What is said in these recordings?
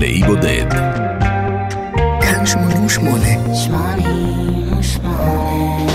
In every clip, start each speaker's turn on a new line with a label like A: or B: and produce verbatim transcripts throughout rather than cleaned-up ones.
A: פליי בודד.
B: כאן שמונים ושמונה.
C: שמונים ושמונה.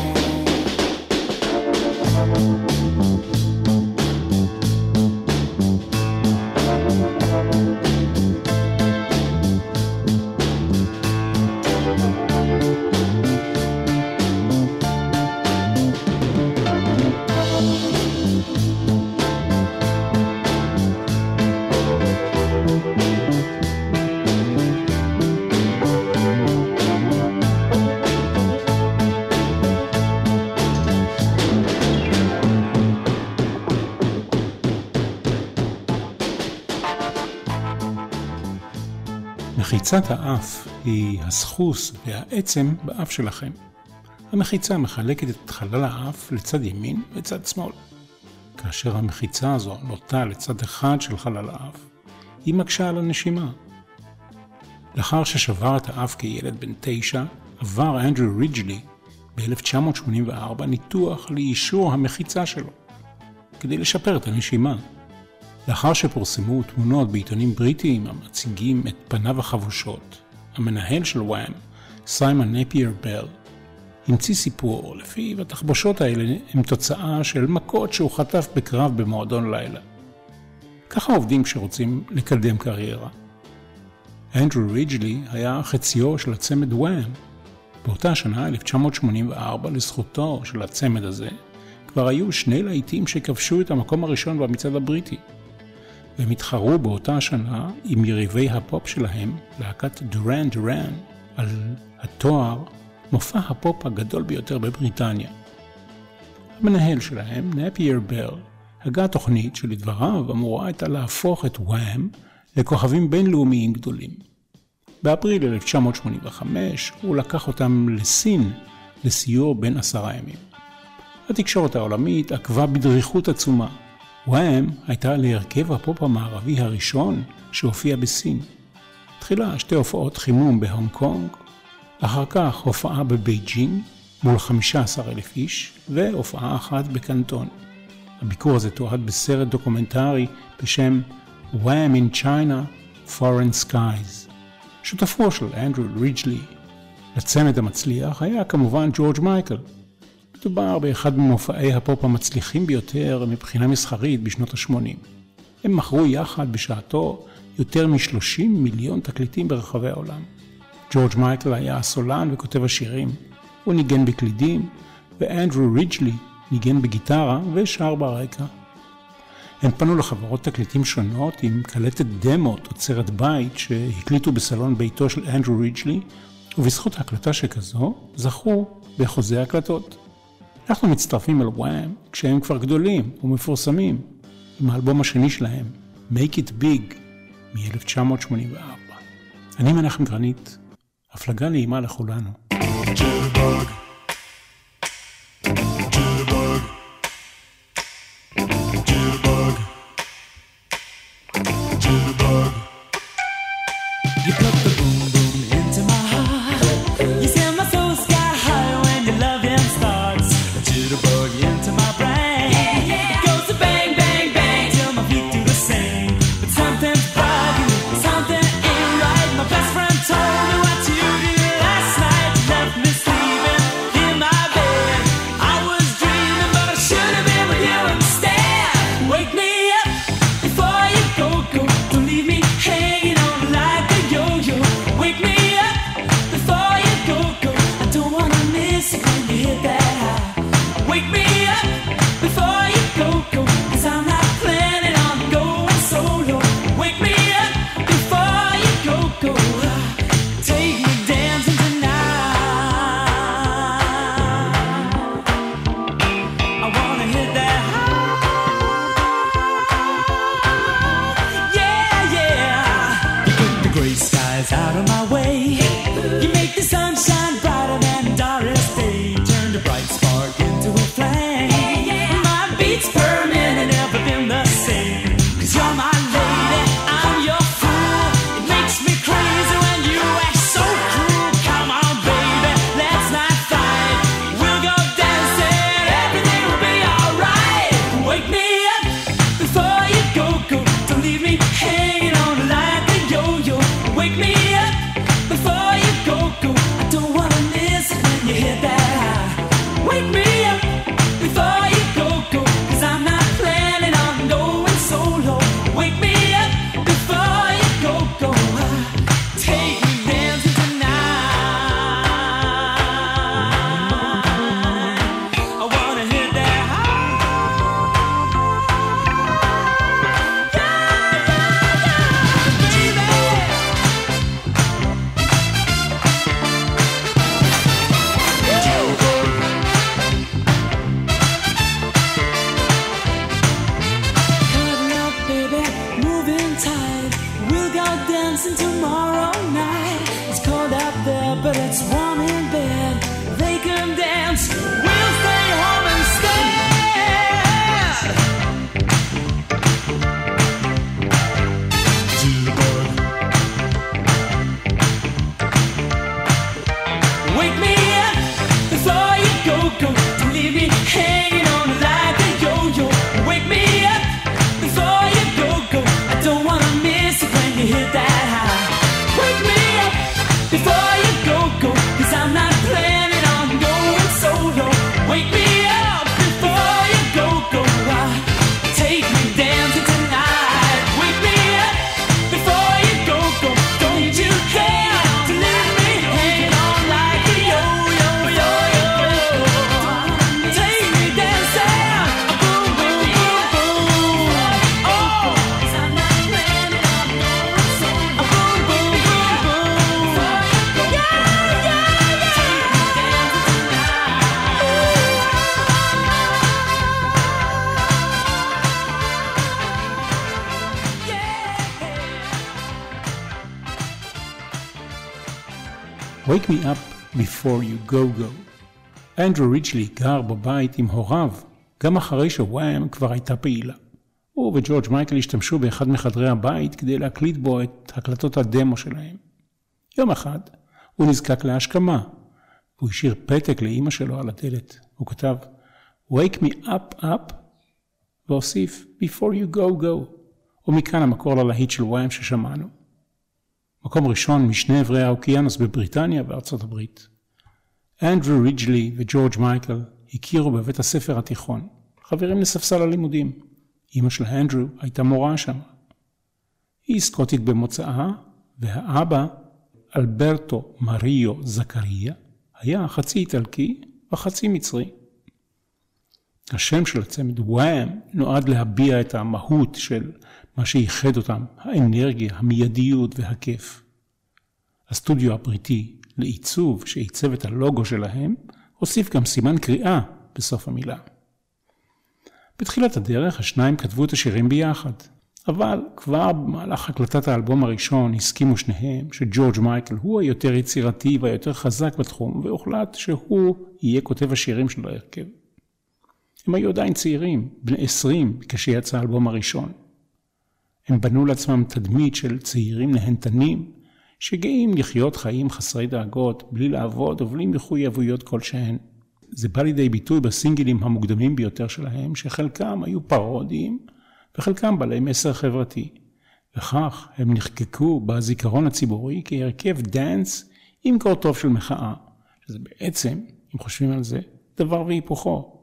D: מחיצת האף היא הסחוס והעצם באף שלכם. המחיצה מחלקת את חלל האף לצד ימין וצד שמאל. כאשר המחיצה הזו נוטה לצד אחד של חלל האף, היא מקשה על הנשימה. לאחר ששבר את האף כילד בן תשע, עבר אנדרו רידג'לי ב-אלף תשע מאות שמונים וארבע ניתוח לאישור המחיצה שלו, כדי לשפר את הנשימה. לאחר שפורסמו תמונות בעיתונים בריטיים המציגים את פניו החבושות, המנהל של וואם, סיימון נפייר בל, המציא סיפור לפיו התחבושות האלה הם תוצאה של מכות שהוא חטף בקרב במועדון לילה. ככה עובדים כשרוצים לקדם קריירה. אנדרו רידג'לי היה חציו של הצמד וואם. באותה שנה, אלף תשע מאות שמונים וארבע, לזכותו של הצמד הזה, כבר היו שני להיטים שכבשו את המקום הראשון במצעד הבריטי. והם התחרו באותה שנה עם יריבי הפופ שלהם, להקת דורן דורן, על התואר מופע הפופ הגדול ביותר בבריטניה. המנהל שלהם, נפייר בל, הגה תוכנית שלדבריו אמורה הייתה להפוך את וואם לכוכבים בינלאומיים גדולים. באפריל אלף תשע מאות שמונים וחמש הוא לקח אותם לסין לסיור בין עשרה ימים. התקשורת העולמית עקבה בדריכות עצומה. וואם הייתה להרכב הפופ המערבי הראשון שהופיע בסין. תחילה שתי הופעות חימום בהונג קונג, אחר כך הופעה בבייג'ינג מול חמישה עשר אלף איש והופעה אחת בקנטון. הביקור הזה תועד בסרט דוקומנטרי בשם Wham in China, Foreign Skies. שותפו של אנדרו רידג'לי לצמד המצליח היה כמובן ג'ורג' מייקל. מדובר באחד ממופעי הפופ המצליחים ביותר מבחינה מסחרית בשנות ה-שמונים. הם מכרו יחד בשעתו יותר מ-שלושים מיליון תקליטים ברחבי העולם. ג'ורג' מייקל היה הסולן וכותב השירים. הוא ניגן בקלידים, ואנדרו רידג'לי ניגן בגיטרה ושר ברקע. הם פנו לחברות תקליטים שונות עם קלטת דמו תוצרת בית שהקליטו בסלון ביתו של אנדרו רידג'לי, ובזכות ההקלטה שכזו זכו בחוזי הקלטות. אנחנו מצטרפים אל וואם כשהם כבר גדולים ומפורסמים, עם האלבום השני שלהם, Make It Big, מ-אלף תשע מאות שמונים וארבע. אני מנחם גרנית, הפלגה נעימה לכולנו.
E: Jitterbug, jitterbug, jitterbug, jitterbug.
F: You put the boom boom into my heart. You send my soul sky high when your loving starts. A jitterbug into my brain. Yeah, yeah. It goes to bang bang bang till my feet do the same. But something's bugging, something ain't right. My best friend told me what you did last night. You left me sleeping.
D: Wake me up before you go go. אנדרו רידג'לי גר בבית עם הוריו, גם אחרי שוואם כבר הייתה פעילה. הוא וג'ורג' מייקל השתמשו באחד מחדרי הבית כדי להקליט בו את הקלטות הדמו שלהם. יום אחד הוא נזקק להשכמה, והוא השאיר פתק לאמא שלו על הדלת. הוא כתב, Wake me up up, והוסיף, Before you go go. ומכאן המקור ללהיט של וואם ששמענו. מקום ראשון משני עברי האוקיינוס בבריטניה וארצות הברית. אנדרו רידג'לי וג'ורג' מייקל הכירו בבית הספר התיכון, חברים לספסל הלימודים. אמא של אנדרו הייתה מורה שם. היא סקוטית במוצאה, והאבא, אלברטו מריו זקריה, היה חצי איטלקי וחצי מצרי. השם של הצמד וואם נועד להביע את המהות של מה שייחד אותם, האנרגיה, המיידיות והכיף. הסטודיו הבריטי לעיצוב שעיצב את הלוגו שלהם, הוסיף גם סימן קריאה בסוף המילה. בתחילת הדרך השניים כתבו את השירים ביחד, אבל כבר במהלך הקלטת האלבום הראשון הסכימו שניהם שג'ורג' מייקל הוא היותר יצירתי והיותר חזק בתחום, והוחלט שהוא יהיה כותב השירים של ההרכב. הם היו עדיין צעירים, בני עשרים, כשיצא האלבום הראשון. הם בנו לעצמם תדמית של צעירים נהנתנים, שגאים לחיות חיים חסרי דאגות, בלי לעבוד ובלי מחויבויות כלשהן. זה בא לידי ביטוי בסינגלים המוקדמים ביותר שלהם, שחלקם היו פרודיים, וחלקם בעלי מסר חברתי. וכך הם נחקקו בזיכרון הציבורי כהרכב דאנס עם קור טוב של מחאה, שזה בעצם, אם חושבים על זה, דבר והיפוכו.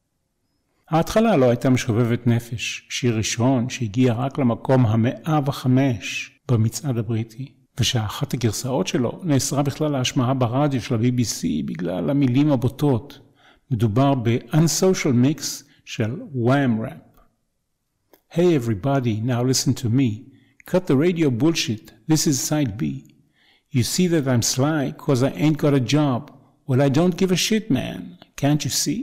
D: ההתחלה לא הייתה משובבת נפש, שיר ראשון שהגיע רק למקום המאה וחמש במצעד הבריטי, ושאחת הגרסאות שלו נאסרה בכלל להשמעה ברדיו של ה-בי בי סי בגלל המילים הבוטות. מדובר ב-unsocial mix של Wham rap. Hey everybody, now listen to me. Cut the radio bullshit, this is side B. You see that I'm sly cause I ain't got a job. Well, I don't give a shit, man. Can't you see?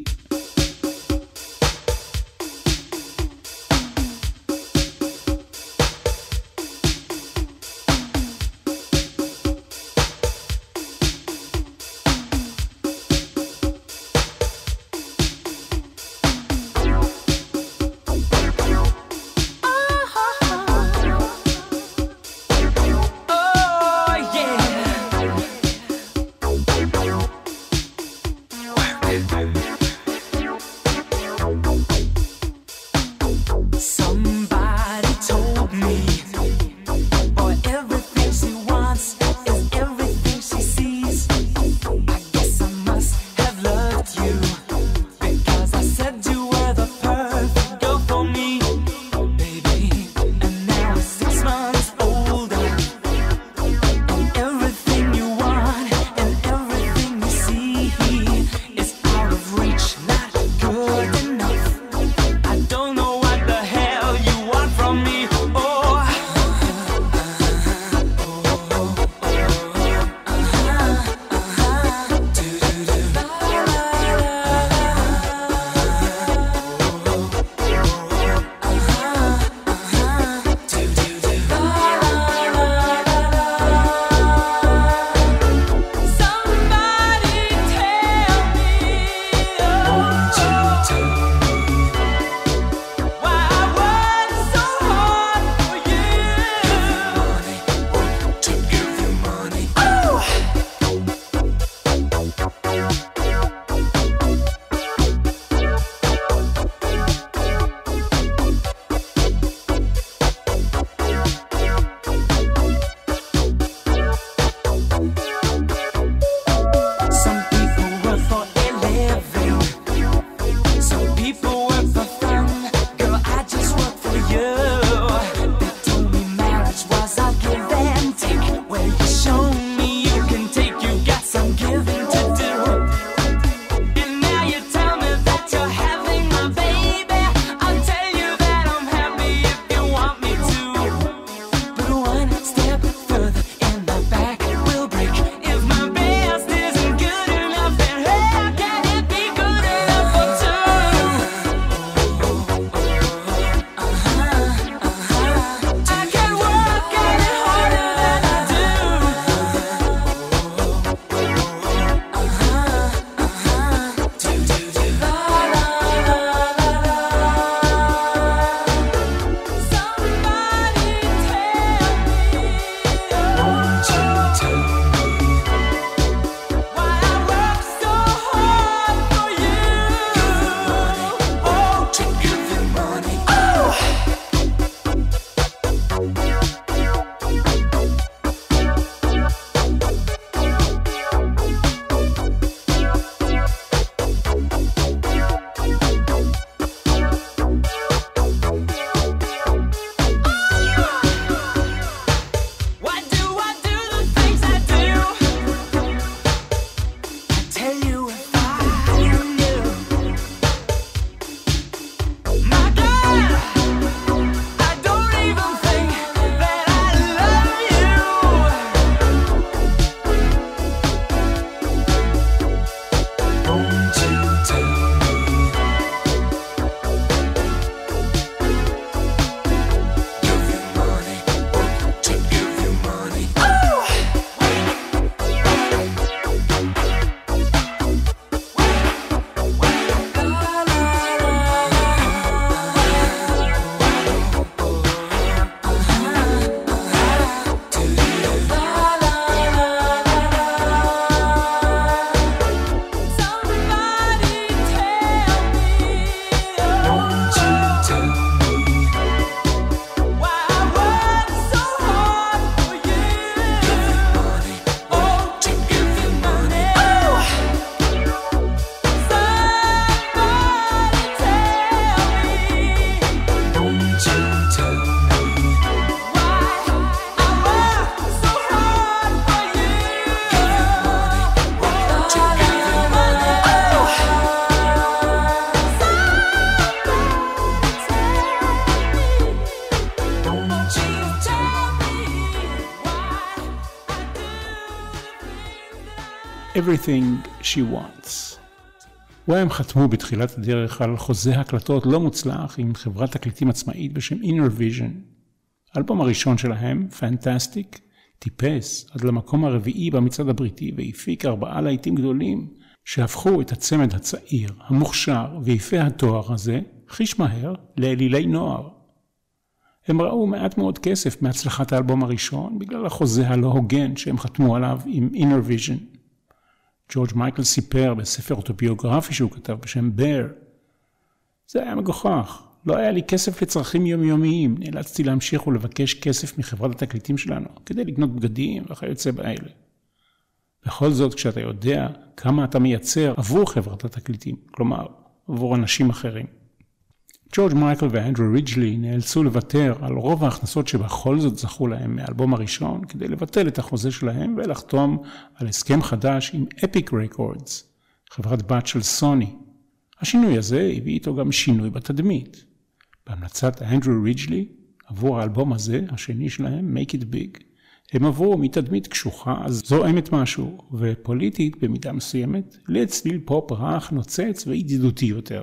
D: Everything She Wants. והם חתמו בתחילת הדרך על חוזה הקלטות לא מוצלח עם חברת תקליטים עצמאית בשם Inner Vision. האלבום הראשון שלהם, Fantastic, טיפס עד למקום הרביעי במצעד הבריטי והפיק ארבעה להיטים גדולים שהפכו את הצמד הצעיר, המוכשר ויפה התואר הזה חיש מהר לאלילי נוער. הם ראו מעט מאוד כסף מהצלחת האלבום הראשון בגלל החוזה הלא הוגן שהם חתמו עליו עם Inner Vision. ג'ורג' מייקל סיפר בספר אוטוביוגרפי שהוא כתב בשם Bear. זה היה מגוחך. לא היה לי כסף לצרכים יומיומיים. נאלצתי להמשיך ולבקש כסף מחברת התקליטים שלנו כדי לקנות בגדים וכיוצא באלה. בכל זאת, כשאתה יודע כמה אתה מייצר עבור חברת התקליטים, כלומר, עבור אנשים אחרים. ג'ורג' מייקל ואנדרו ריג'לי נאלצו לוותר על רוב ההכנסות שבכל זאת זכו להם מהאלבום הראשון כדי לבטל את החוזה שלהם ולחתום על הסכם חדש עם אפיק רקורדס, חברת בת של סוני. השינוי הזה הביא איתו גם שינוי בתדמית. בהמלצת אנדרו ריג'לי, עבור האלבום הזה, השני שלהם, Make It Big, הם עברו מתדמית קשוחה, אז זועמת משהו, ופוליטית במידה מסוימת, לצליל פופ רך, נוצץ וידידותי יותר.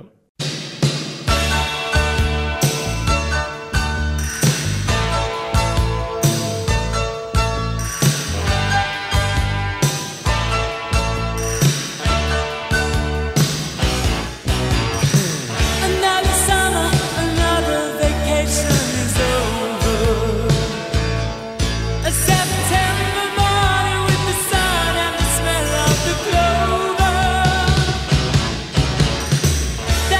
F: There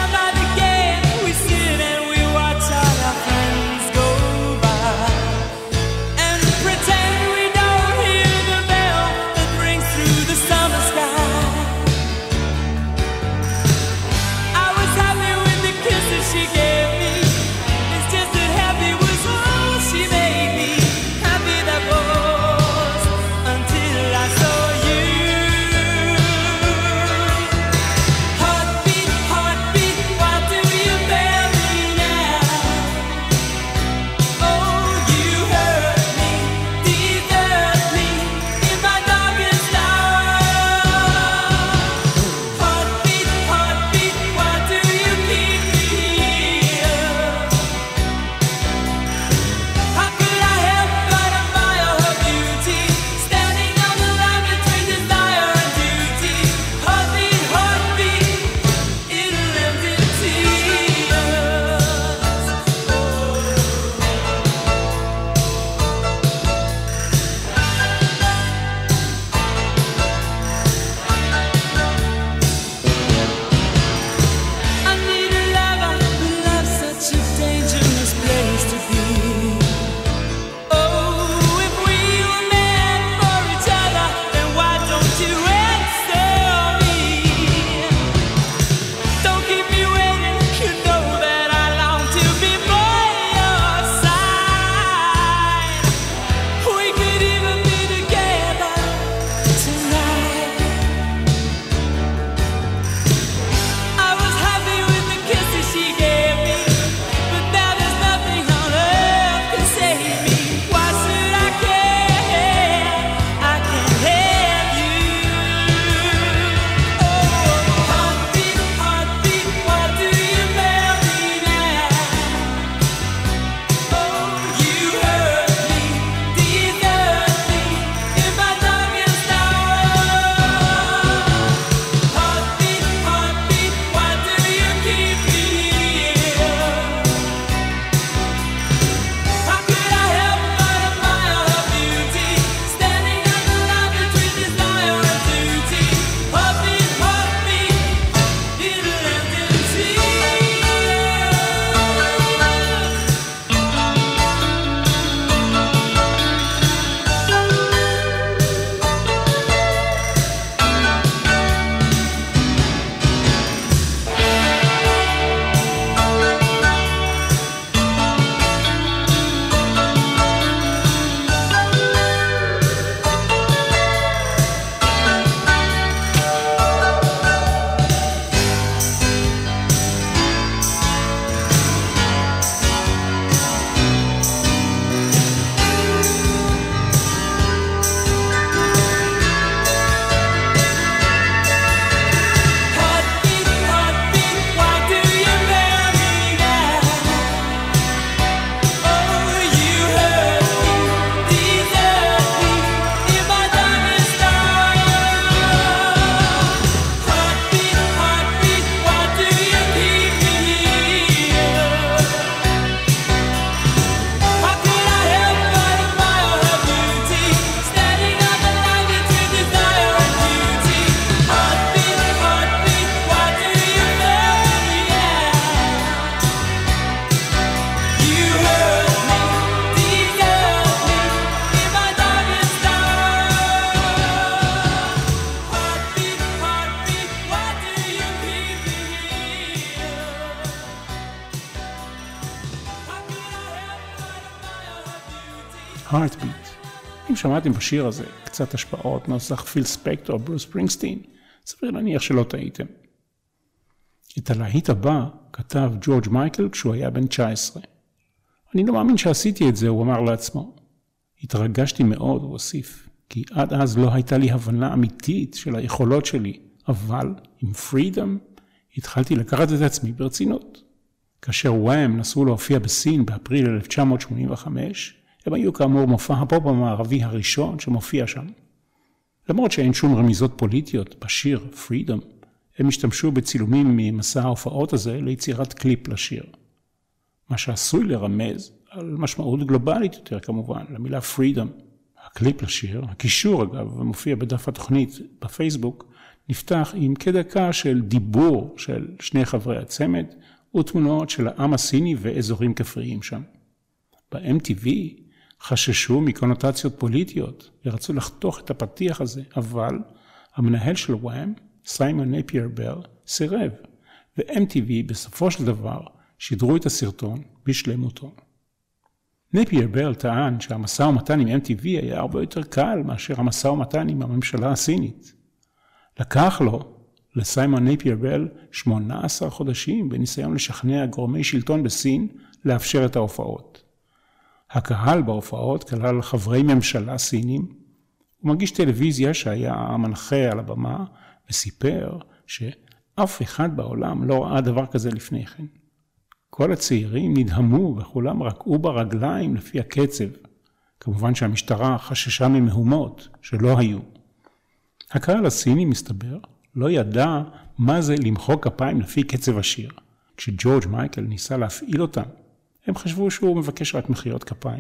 D: Heartbeat. אם שמעתם בשיר הזה קצת השפעות נוסח פיל ספקטור או ברוס ספרינגסטין, סביר להניח שלא טעיתם. את הלהיט הבא כתב ג'ורג' מייקל כשהוא היה בן תשע עשרה. אני לא מאמין שעשיתי את זה, הוא אמר לעצמו. התרגשתי מאוד, הוא הוסיף, כי עד אז לא הייתה לי הבנה אמיתית של היכולות שלי, אבל עם פרידום התחלתי לקחת את עצמי ברצינות. כאשר וואם נסו להופיע בסין באפריל אלף תשע מאות שמונים וחמש, הם היו כאמור מופע הפופ המערבי הראשון שמופיע שם. למרות שאין שום רמיזות פוליטיות בשיר פרידום, הם השתמשו בצילומים ממסע ההופעות הזה ליצירת קליפ לשיר. מה שעשוי לרמז על משמעות גלובלית יותר כמובן, למילה פרידום. הקליפ לשיר, הקישור אגב, מופיע בדף התוכנית בפייסבוק, נפתח עם כדקה של דיבור של שני חברי הצמד, ותמונות של העם הסיני ואזורים כפריים שם. ב-אם טי וי חששו מקונוטציות פוליטיות ורצו לחתוך את הפתיח הזה, אבל המנהל של וואם, סיימון נייפייר בל, סירב, ו-אם טי וי בסופו של דבר שידרו את הסרטון בשלמותו. נייפייר בל טען שהמשא ומתן עם אם טי וי היה הרבה יותר קל מאשר המשא ומתן עם הממשלה הסינית. לקח לו, לסיימון נייפייר בל, שמונה עשר חודשים בניסיון לשכנע גורמי שלטון בסין לאפשר את ההופעות. הקהל בהופעות כלל חברי ממשלה סינים, ומגיש טלוויזיה שהיה המנחה על הבמה, וסיפר שאף אחד בעולם לא ראה דבר כזה לפני כן. כל הצעירים נדהמו וכולם רקעו ברגליים לפי הקצב. כמובן שהמשטרה חששה ממהומות שלא היו. הקהל הסיני מסתבר לא ידע מה זה למחוא כפיים לפי קצב השיר. כשג'ורג' מייקל ניסה להפעיל אותם, הם חשבו שהוא מבקש רק מחיאות כפיים.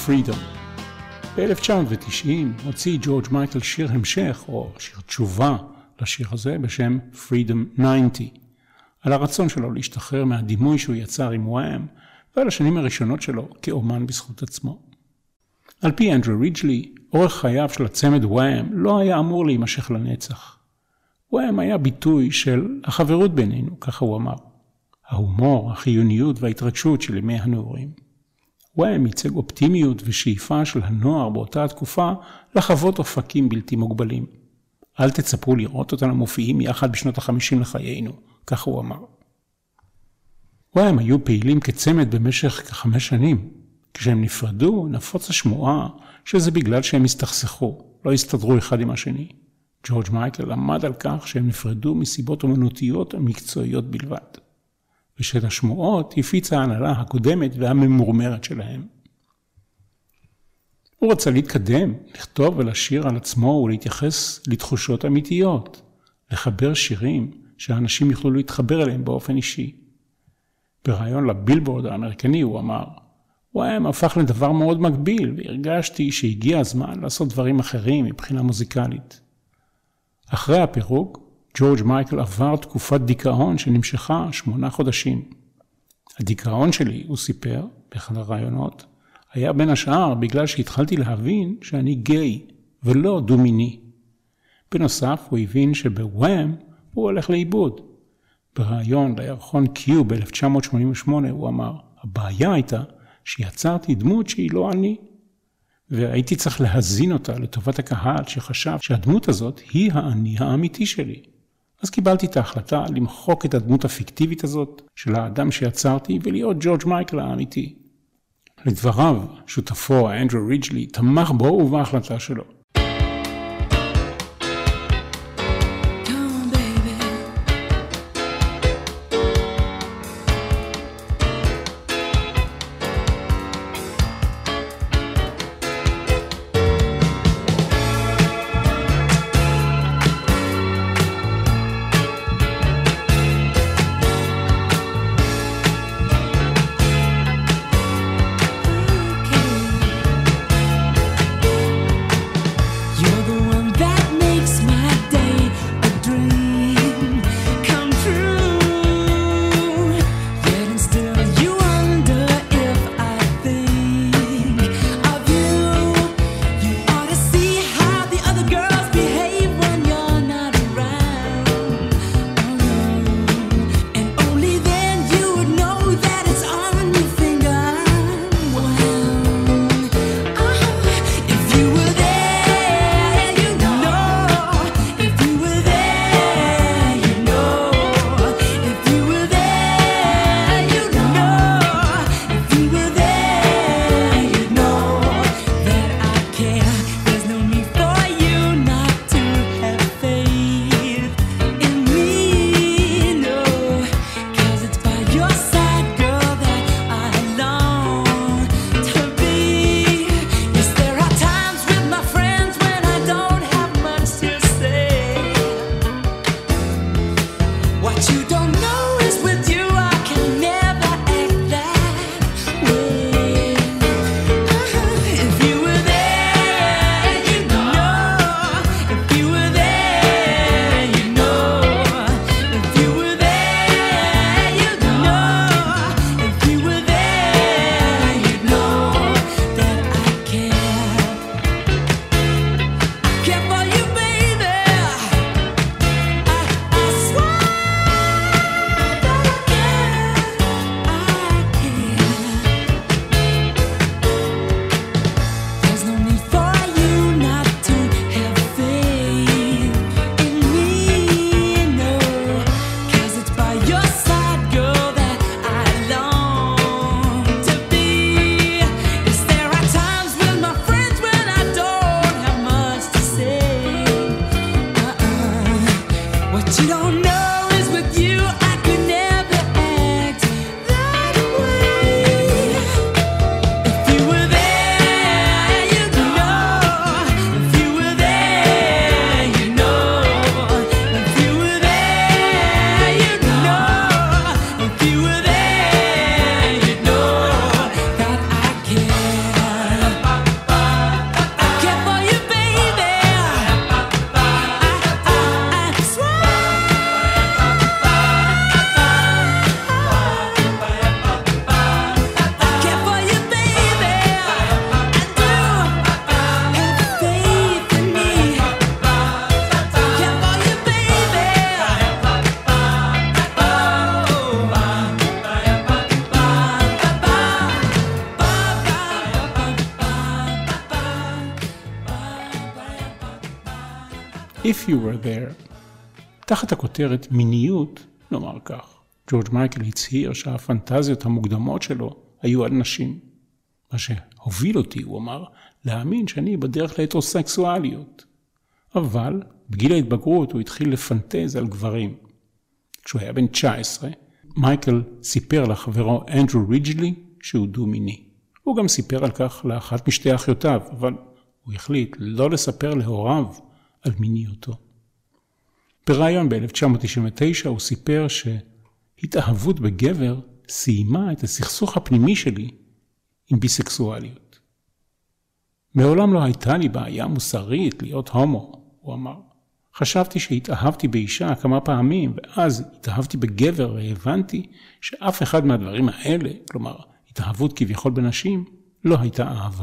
D: Freedom. ב-אלף תשע מאות ותשעים הוציא ג'ורג' מייקל שיר המשך, או שיר תשובה לשיר הזה, בשם Freedom תשעים, על הרצון שלו להשתחרר מהדימוי שהוא יצר עם וואם, ועל השנים הראשונות שלו כאומן בזכות עצמו. על פי אנדרו רידג'לי, אורך חייו של הצמד וואם לא היה אמור להימשך לנצח. וואם היה ביטוי של החברות בינינו, ככה הוא אמר. ההומור, החיוניות וההתרגשות של ימי הנעורים. וואם ייצג אופטימיות ושאיפה של הנוער באותה התקופה לחוות אופקים בלתי מוגבלים. אל תצפו לראות אותנו מופיעים יחד בשנות החמישים לחיינו, ככה הוא אמר. וואם היו פעילים כצמד במשך כחמש שנים. כשהם נפרדו, נפוץ השמועה שזה בגלל שהם הסתכסכו, לא הסתדרו אחד עם השני. ג'ורג' מייקל עמד על כך שהם נפרדו מסיבות אומנותיות ומקצועיות בלבד. ושאת השמועות הפיצה ההנהלה הקודמת והממורמרת שלהם. הוא רצה להתקדם, לכתוב ולשיר על עצמו ולהתייחס לתחושות אמיתיות, לחבר שירים שהאנשים יוכלו להתחבר אליהם באופן אישי. ברעיון לבילבורד האמריקני הוא אמר, וואם הפך לדבר מאוד מגביל, והרגשתי שהגיע הזמן לעשות דברים אחרים מבחינה מוזיקלית. אחרי הפירוק, ג'ורג' מייקל עבר תקופת דיכאון שנמשכה שמונה חודשים. הדיכאון שלי, הוא סיפר, באחד הרעיונות, היה בין השאר בגלל שהתחלתי להבין שאני גיי ולא דו-מיני. בנוסף, הוא הבין שבוואם הוא הולך לאיבוד. ברעיון לירחון קיו ב-אלף תשע מאות שמונים ושמונה הוא אמר, הבעיה הייתה שיצרתי דמות שהיא לא אני, והייתי צריך להזין אותה לטובת הקהל שחשב שהדמות הזאת היא האני האמיתי שלי. אז קיבלתי את ההחלטה למחוק את הדמות הפיקטיבית הזאת של האדם שיצרתי ולהיות ג'ורג' מייקל האמיתי. לדבריו, שותפו אנדרו רידג'לי תמך בו ובהחלטה שלו. If You Were There. תחת הכותרת מיניות, נאמר כך, ג'ורג' מייקל הצהיר שהפנטזיות המוקדמות שלו היו על נשים. מה שהוביל אותי, הוא אמר, להאמין שאני בדרך להטרוסקסואליות. אבל בגיל ההתבגרות הוא התחיל לפנטז על גברים. כשהוא היה בן תשע עשרה, מייקל סיפר לחברו אנדרו ריג'לי שהוא דו-מיני. הוא גם סיפר על כך לאחת משתי אחיותיו, אבל הוא החליט לא לספר להוריו על מיניותו. ברעיון ב-אלף תשע מאות תשעים ותשע הוא סיפר שהתאהבות בגבר סיימה את הסכסוך הפנימי שלי עם ביסקסואליות. מעולם לא הייתה לי בעיה מוסרית להיות הומו, הוא אמר. חשבתי שהתאהבתי באישה כמה פעמים, ואז התאהבתי בגבר והבנתי שאף אחד מהדברים האלה, כלומר התאהבות כביכול בנשים, לא הייתה אהבה.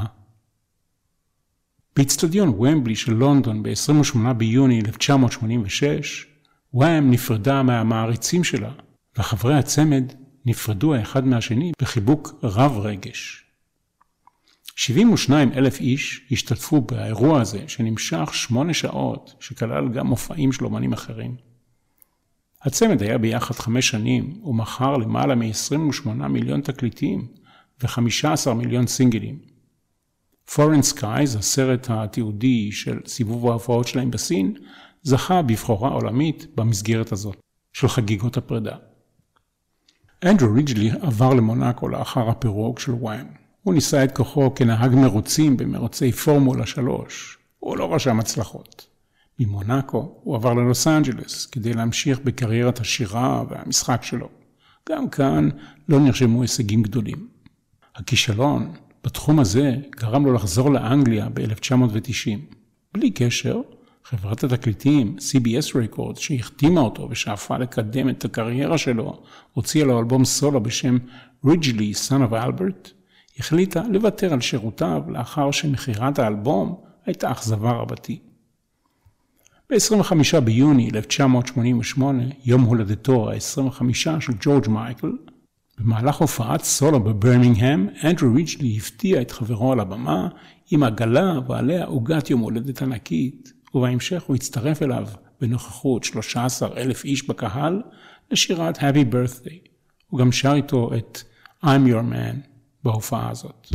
D: באצטדיון ומבלי של לונדון ב-עשרים ושמונה ביוני אלף תשע מאות שמונים ושש, וואם נפרדה מהמעריצים שלה, וחברי הצמד נפרדו האחד מהשני בחיבוק רב רגש. שבעים ושניים אלף איש השתתפו באירוע הזה שנמשך שמונה שעות, שכלל גם מופעים של אומנים אחרים. הצמד היה ביחד חמש שנים ומכר למעלה מ-עשרים ושמונה מיליון תקליטים ו-חמישה עשר מיליון סינגלים. Foreign Skies, הסרט התיעודי של סיבוב ההופעות שלהם בסין, זכה בבחורה עולמית במסגרת הזאת של חגיגות הפרידה. אנדרו ריג'לי עבר למונאקו לאחר הפירוק של וואם. הוא ניסה את כוחו כנהג מרוצים במרוצי פורמולה שלוש. הוא לא רשם הצלחות. ממונאקו הוא עבר ללוס אנג'לס כדי להמשיך בקריירת השירה והמשחק שלו. גם כאן לא נרשמו הישגים גדולים. הכישלון בתחום הזה גרם לו לחזור לאנגליה ב-אלף תשע מאות תשעים. בלי קשר, חברת התקליטים סי בי אס Records שהחתימה אותו ושאפה לקדם את הקריירה שלו, הוציאה לו אלבום סולו בשם Ridgely Son of Albert, החליטה לוותר על שירותיו לאחר שמחירת האלבום הייתה אכזבה רבתי. ב-עשרים וחמישה ביוני אלף תשע מאות שמונים ושמונה, יום הולדתו ה-עשרים וחמישה של ג'ורג' מייקל, במהלך הופעת סולו בברמינגהם, אנדרו ריג'לי הפתיע את חברו על הבמה עם עגלה ועליה עוגת יום הולדת ענקית, ובהמשך הוא הצטרף אליו בנוכחות שלושה עשר אלף איש בקהל לשירת Happy Birthday. הוא גם שר איתו את I'm Your Man בהופעה הזאת.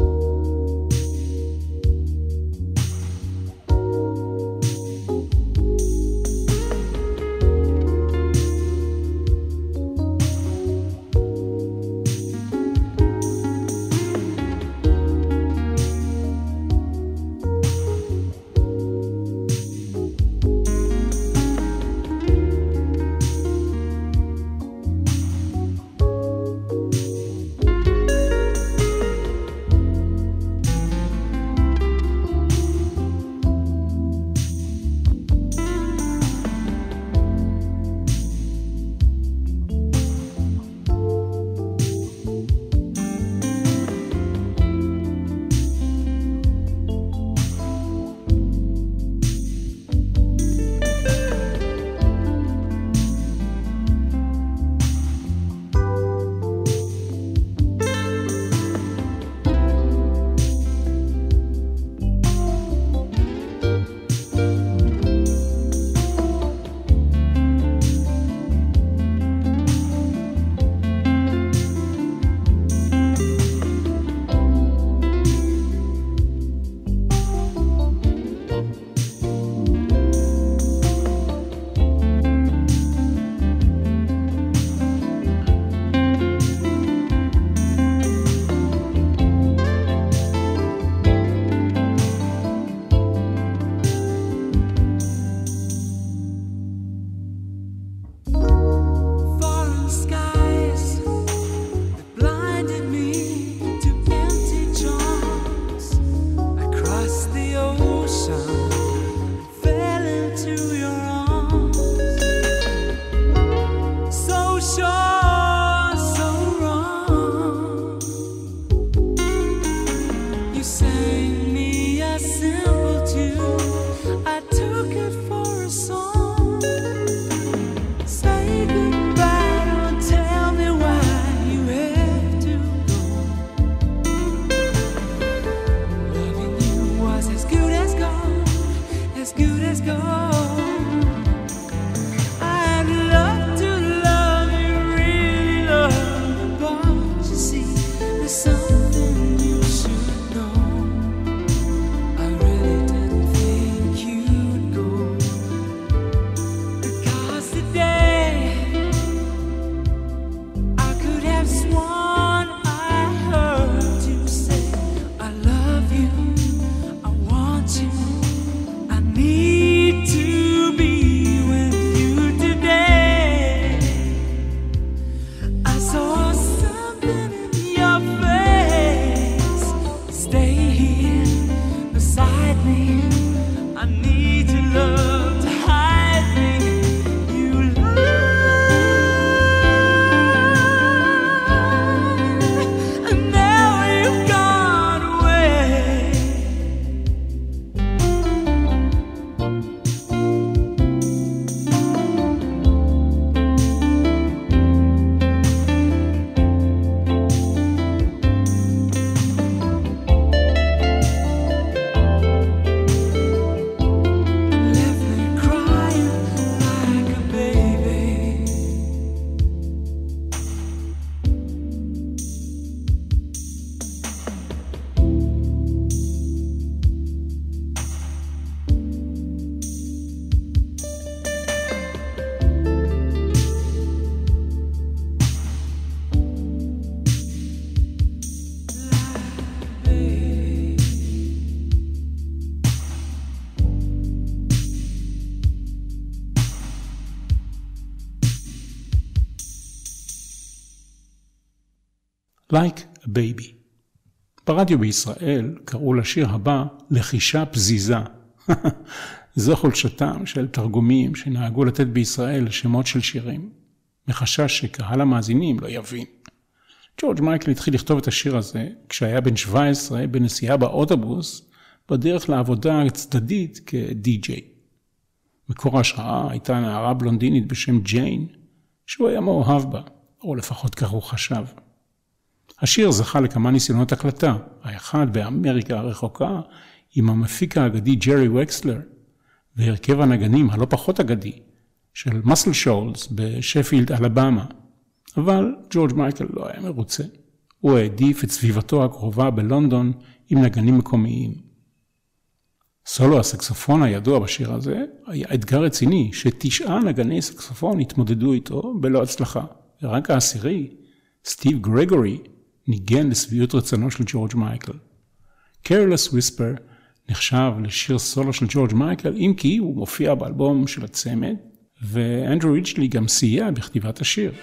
D: Like a Baby. ברדיו בישראל קראו לשיר הבא לחישה פזיזה. זו חולשתם של תרגומים שנהגו לתת בישראל שמות של שירים, מחשש שקהל המאזינים לא יבין. ג'ורג' מייקל התחיל לכתוב את השיר הזה כשהיה בן שבע עשרה בנסיעה באוטובוס בדרך לעבודה צדדית כדי-ג'יי. מקור ההשראה הייתה נערה בלונדינית בשם ג'יין, שהוא היה מאוהב בה, או לפחות כך הוא חשב. השיר זכה לכמה ניסיונות הקלטה, האחד באמריקה הרחוקה עם המפיק האגדי ג'רי וקסלר, והרכב הנגנים הלא פחות אגדי של מסל שולס בשפילד אלבמה. אבל ג'ורג' מייקל לא היה מרוצה. הוא העדיף את סביבתו הקרובה בלונדון עם נגנים מקומיים. סולו הסקסופון הידוע בשיר הזה היה אתגר רציני שתשעה נגני סקסופון התמודדו איתו בלא הצלחה, ורק העשירי, סטיב גרגורי, ניגן לשביעות רצונו של ג'ורג' מייקל. Careless Whisper נחשב לשיר סולו של ג'ורג' מייקל, אם כי הוא מופיע באלבום של הצמד, ואנדרו ריצ'לי גם סייע בכתיבת השיר.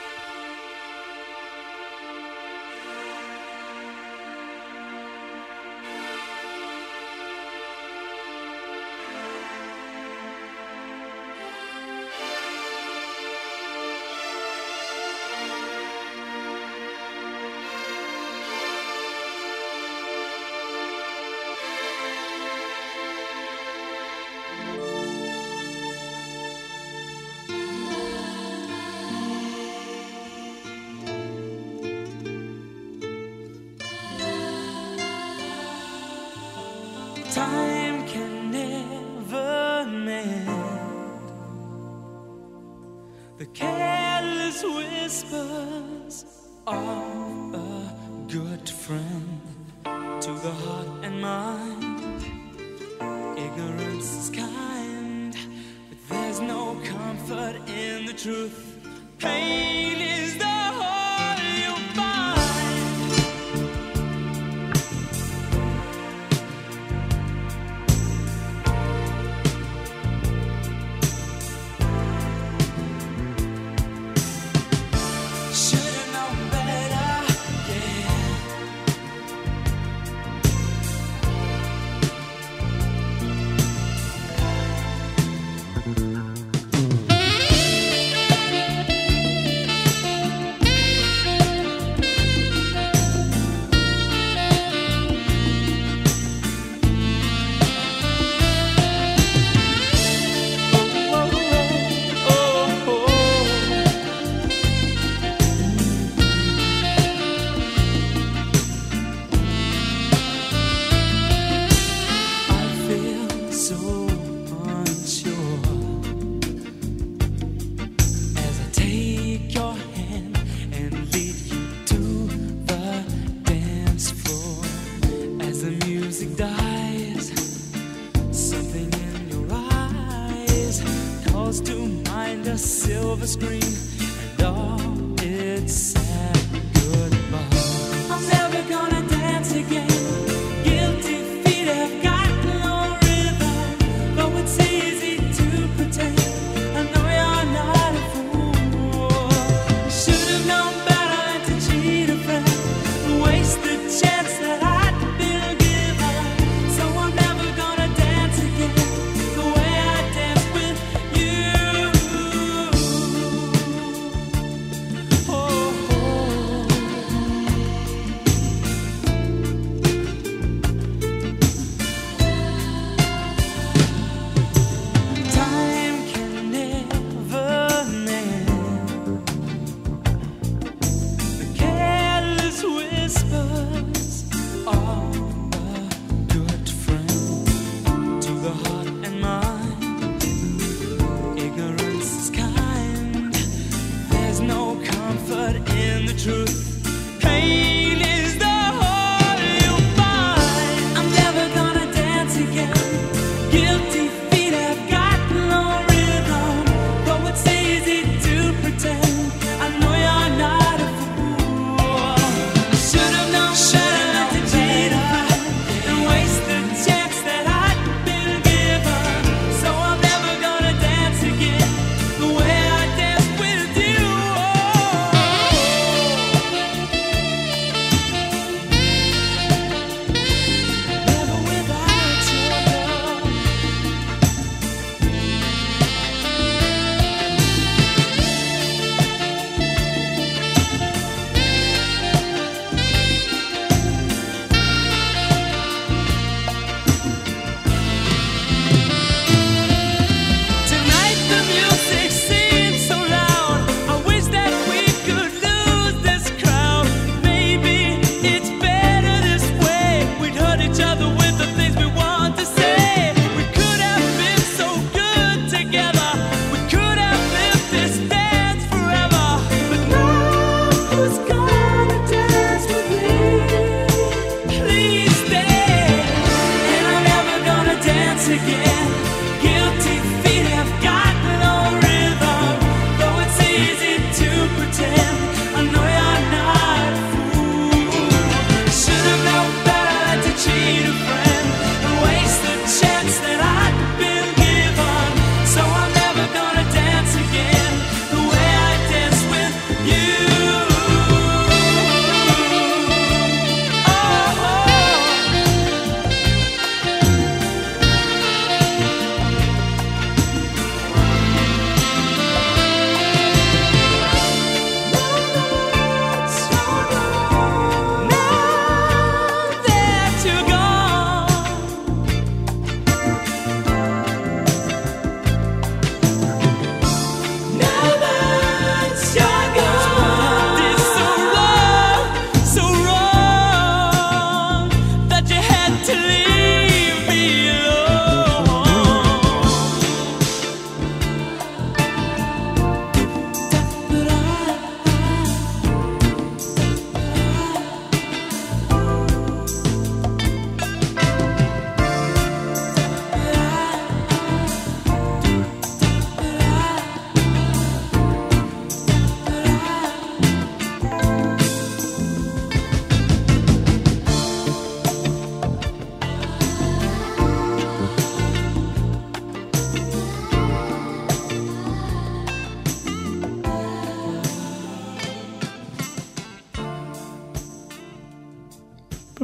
F: Time can never mend the careless whispers of a good friend to the heart and mind. Ignorance is kind, but there's no comfort in the truth. Pain is the whole you'll find. Silver screen and all its sad goodbye. I'm never gonna dance again. Guilty feet have got no rhythm, though it's easy to pretend. I know you're not a fool. You should have known better than to cheat a friend, waste the chance that I'd been given. So I'm never gonna dance again the way I danced with you. Oh, oh.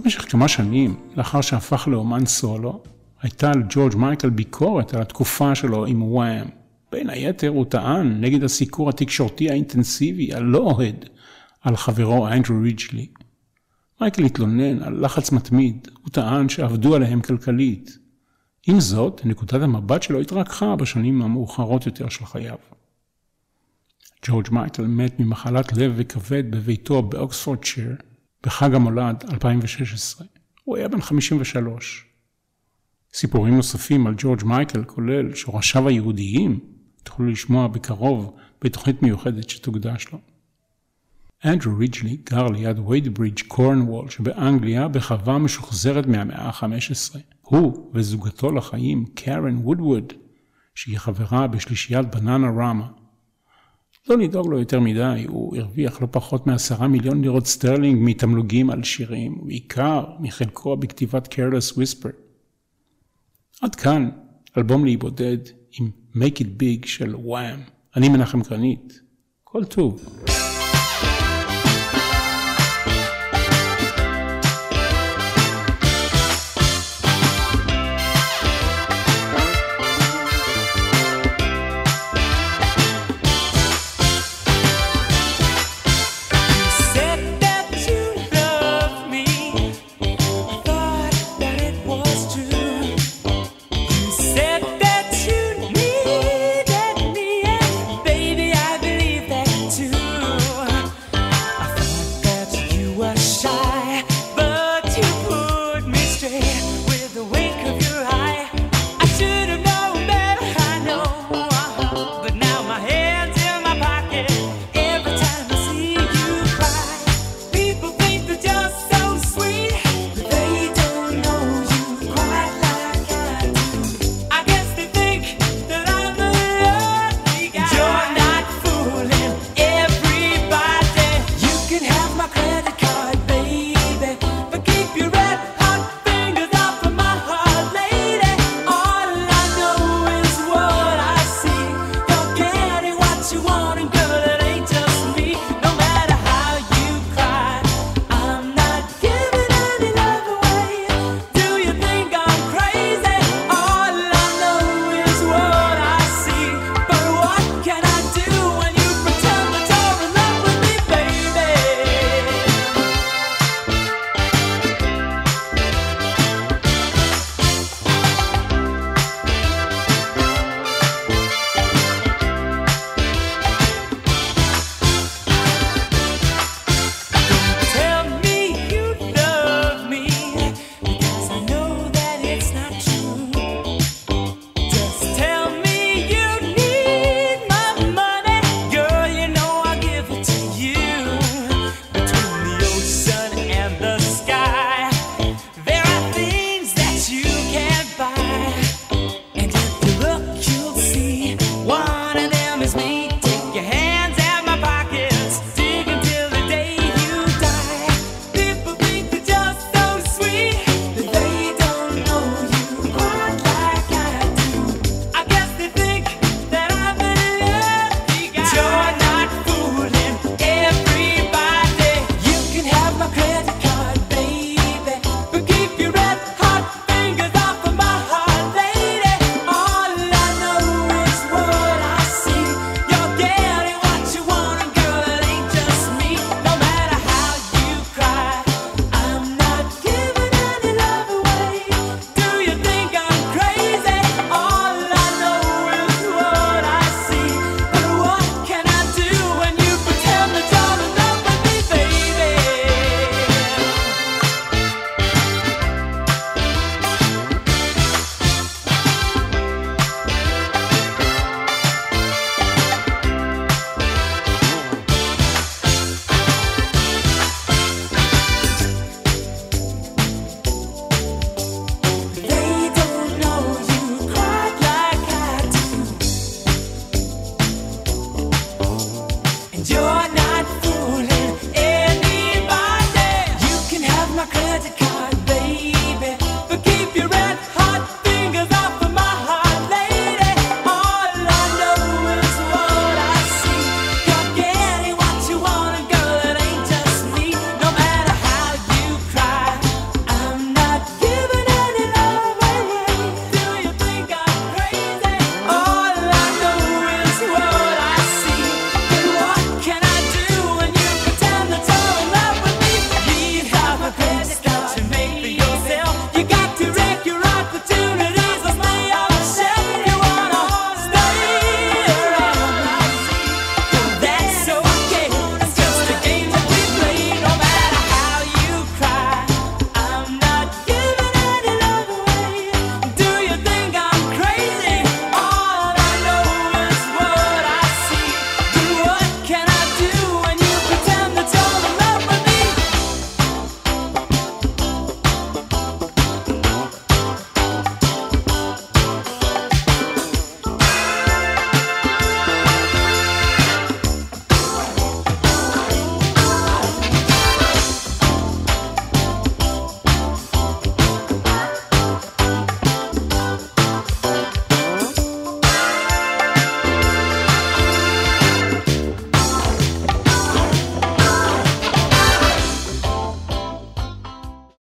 D: במשך כמה שנים, לאחר שהפך לאומן סולו, הייתה על ג'ורג' מייקל ביקורת על התקופה שלו עם וואם. בין היתר הוא טען נגד הסיקור התקשורתי האינטנסיבי, הלא אוהד, על חברו אנדרו רידג'לי. מייקל התלונן על לחץ מתמיד, הוא טען שעבדו עליהם כלכלית. עם זאת, נקודת המבט שלו התרככה בשנים המאוחרות יותר של חייו. ג'ורג' מייקל מת ממחלת לב וכבד בביתו באוקספורדשייר, בחג המולד אלפיים ושש עשרה. הוא היה בן חמישים ושלוש. סיפורים נוספים על ג'ורג' מייקל, כולל שורשיו היהודיים, תוכלו לשמוע בקרוב בתוכנית מיוחדת שתוקדש לו. אנדרו רידג'לי גר ליד ויידברידג' קורנוול שבאנגליה בחווה משוחזרת מהמאה ה-חמש עשרה. הוא וזוגתו לחיים קרן וודווד, שהיא חברה בשלישיית בננה רמה. לא לדאוג לו יותר מדי, הוא הרוויח לא פחות מעשרה מיליון לירות סטרלינג מתמלוגים על שירים, ובעיקר מחלקו בכתיבת Careless Whisper. עד כאן אלבום להיבודד עם Make It Big של וואם. אני מנחם גרנית. כל טוב.